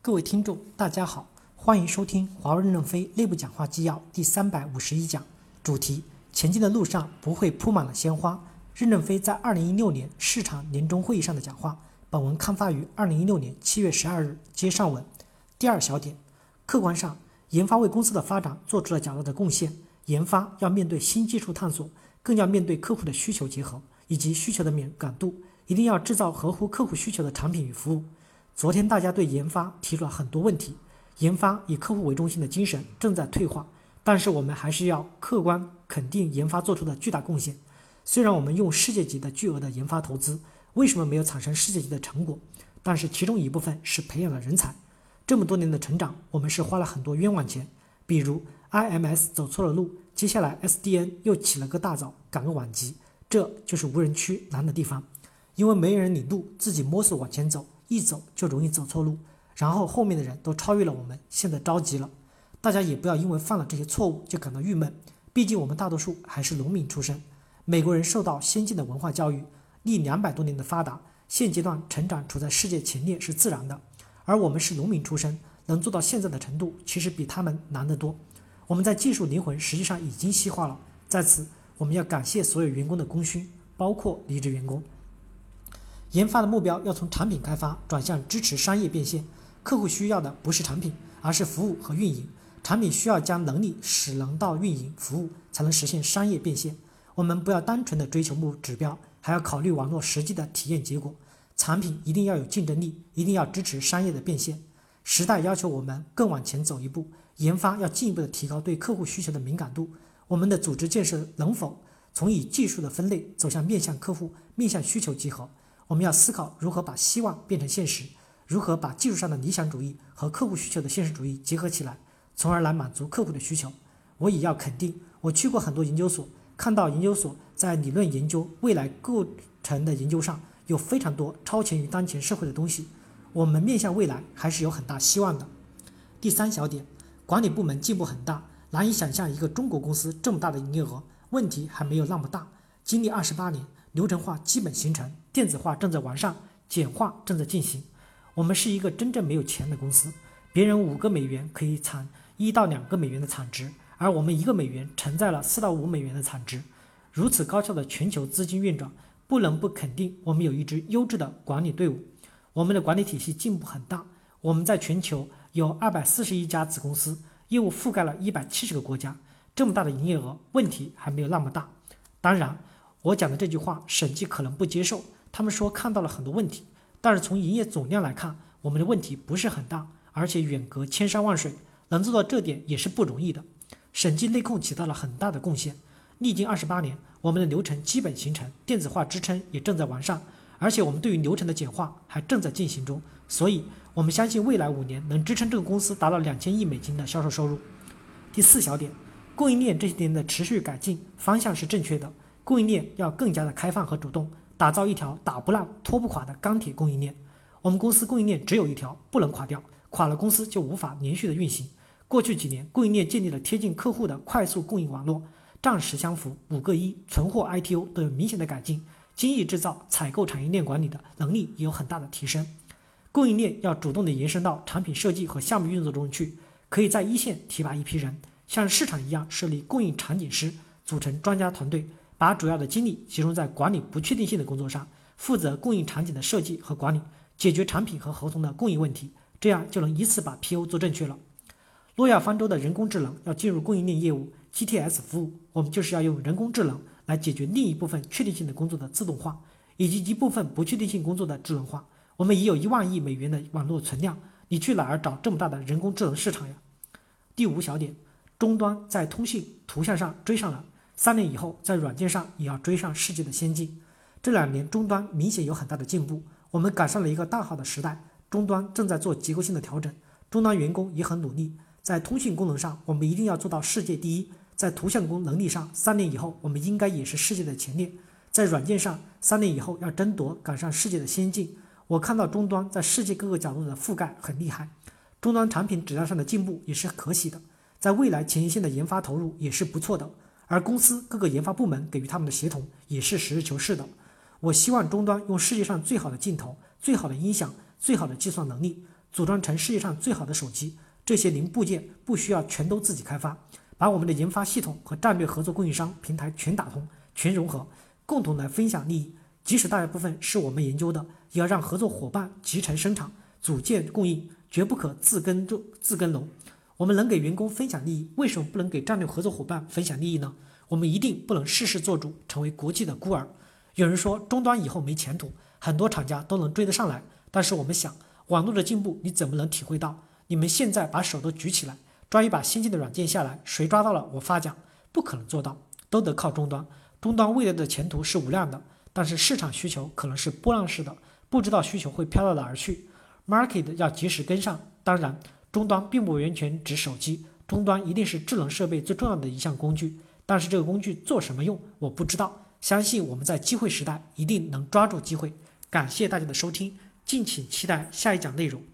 各位听众，大家好，欢迎收听华为任正非内部讲话纪要第351讲，主题：前进的路上不会铺满了鲜花。任正非在2016年市场年终会议上的讲话。本文刊发于2016年7月12日，接上文。第二小点，客观上，研发为公司的发展做出了较大的贡献。研发要面对新技术探索，更要面对客户的需求结合以及需求的敏感度，一定要制造合乎客户需求的产品与服务。昨天大家对研发提出了很多问题，研发以客户为中心的精神正在退化，但是我们还是要客观肯定研发做出的巨大贡献。虽然我们用世界级的巨额的研发投资，为什么没有产生世界级的成果？但是其中一部分是培养了人才。这么多年的成长，我们是花了很多冤枉钱，比如 IMS 走错了路，接下来 SDN 又起了个大早，赶个晚集，这就是无人区难的地方，因为没人领路，自己摸索往前走，一走就容易走错路，然后后面的人都超越了我们，现在着急了。大家也不要因为犯了这些错误就感到郁闷，毕竟我们大多数还是农民出身，美国人受到先进的文化教育，历200多年的发达，现阶段成长处在世界前列是自然的，而我们是农民出身，能做到现在的程度，其实比他们难得多。我们在技术灵魂实际上已经西化了，在此我们要感谢所有员工的功勋，包括离职员工。研发的目标要从产品开发转向支持商业变现，客户需要的不是产品，而是服务和运营。产品需要将能力使能到运营服务，才能实现商业变现。我们不要单纯的追求指标，还要考虑网络实际的体验结果。产品一定要有竞争力，一定要支持商业的变现。时代要求我们更往前走一步，研发要进一步的提高对客户需求的敏感度。我们的组织建设能否从以技术的分类走向面向客户、面向需求结合？我们要思考如何把希望变成现实，如何把技术上的理想主义和客户需求的现实主义结合起来，从而来满足客户的需求。我也要肯定，我去过很多研究所，看到研究所在理论研究未来构成的研究上有非常多超前于当前社会的东西，我们面向未来还是有很大希望的。第三小点，管理部门进步很大，难以想象一个中国公司这么大的营业额，问题还没有那么大。经历28年，流程化基本形成，电子化正在完善，简化正在进行。我们是一个真正没有钱的公司，别人5个美元可以产1到2个美元的产值，而我们1个美元承载了4到5美元的产值。如此高效的全球资金运转，不能不肯定我们有一支优质的管理队伍。我们的管理体系进步很大，我们在全球有241家子公司，业务覆盖了170个国家。这么大的营业额，问题还没有那么大。当然，我讲的这句话，审计可能不接受，他们说看到了很多问题，但是从营业总量来看，我们的问题不是很大，而且远隔千山万水，能做到这点也是不容易的。审计内控起到了很大的贡献，历经28年，我们的流程基本形成，电子化支撑也正在完善，而且我们对于流程的简化还正在进行中，所以我们相信未来5年能支撑这个公司达到2000亿美金的销售收入。第四小点，供应链这些年的持续改进方向是正确的，供应链要更加的开放和主动，打造一条打不烂、拖不垮的钢铁供应链。我们公司供应链只有一条，不能垮掉，垮了公司就无法连续的运行。过去几年，供应链建立了贴近客户的快速供应网络，账实相符，5个1，存货 ITO 都有明显的改进，精益制造、采购产业链管理的能力也有很大的提升。供应链要主动的延伸到产品设计和项目运作中去，可以在一线提拔一批人，像市场一样设立供应场景师，组成专家团队，把主要的精力集中在管理不确定性的工作上，负责供应场景的设计和管理，解决产品和合同的供应问题，这样就能一次把 PO 做正确了。诺亚方舟的人工智能要进入供应链业务 GTS 服务，我们就是要用人工智能来解决另一部分确定性的工作的自动化，以及一部分不确定性工作的智能化。我们已有1万亿美元的网络存量，你去哪儿找这么大的人工智能市场呀？第5小点，终端在通信、图像上追上了，3年以后在软件上也要追上世界的先进。这2年终端明显有很大的进步，我们赶上了一个大好的时代，终端正在做结构性的调整，终端员工也很努力。在通讯功能上，我们一定要做到世界第一；在图像能力上，3年以后我们应该也是世界的前列；在软件上，3年以后要争夺赶上世界的先进。我看到终端在世界各个角度的覆盖很厉害，终端产品质量上的进步也是可喜的，在未来前一线的研发投入也是不错的，而公司各个研发部门给予他们的协同也是实事求是的。我希望终端用世界上最好的镜头、最好的音响、最好的计算能力， 组装成世界上最好的手机。这些零部件不需要全都自己开发，把我们的研发系统和战略合作供应商平台全打通、全融合，共同来分享利益。即使大部分是我们研究的，也要让合作伙伴集成生产、组件供应，绝不可自耕农。我们能给员工分享利益，为什么不能给战略合作伙伴分享利益呢？我们一定不能事事做主，成为国际的孤儿。有人说终端以后没前途，很多厂家都能追得上来，但是我们想，网络的进步你怎么能体会到？你们现在把手都举起来，抓一把先进的软件下来，谁抓到了我发奖，不可能做到，都得靠终端。终端未来的前途是无量的，但是市场需求可能是波浪式的，不知道需求会飘到哪儿去。Market 要及时跟上，当然，终端并不完全指手机，终端一定是智能设备最重要的一项工具，但是这个工具做什么用，我不知道。相信我们在机会时代一定能抓住机会。感谢大家的收听，敬请期待下一讲内容。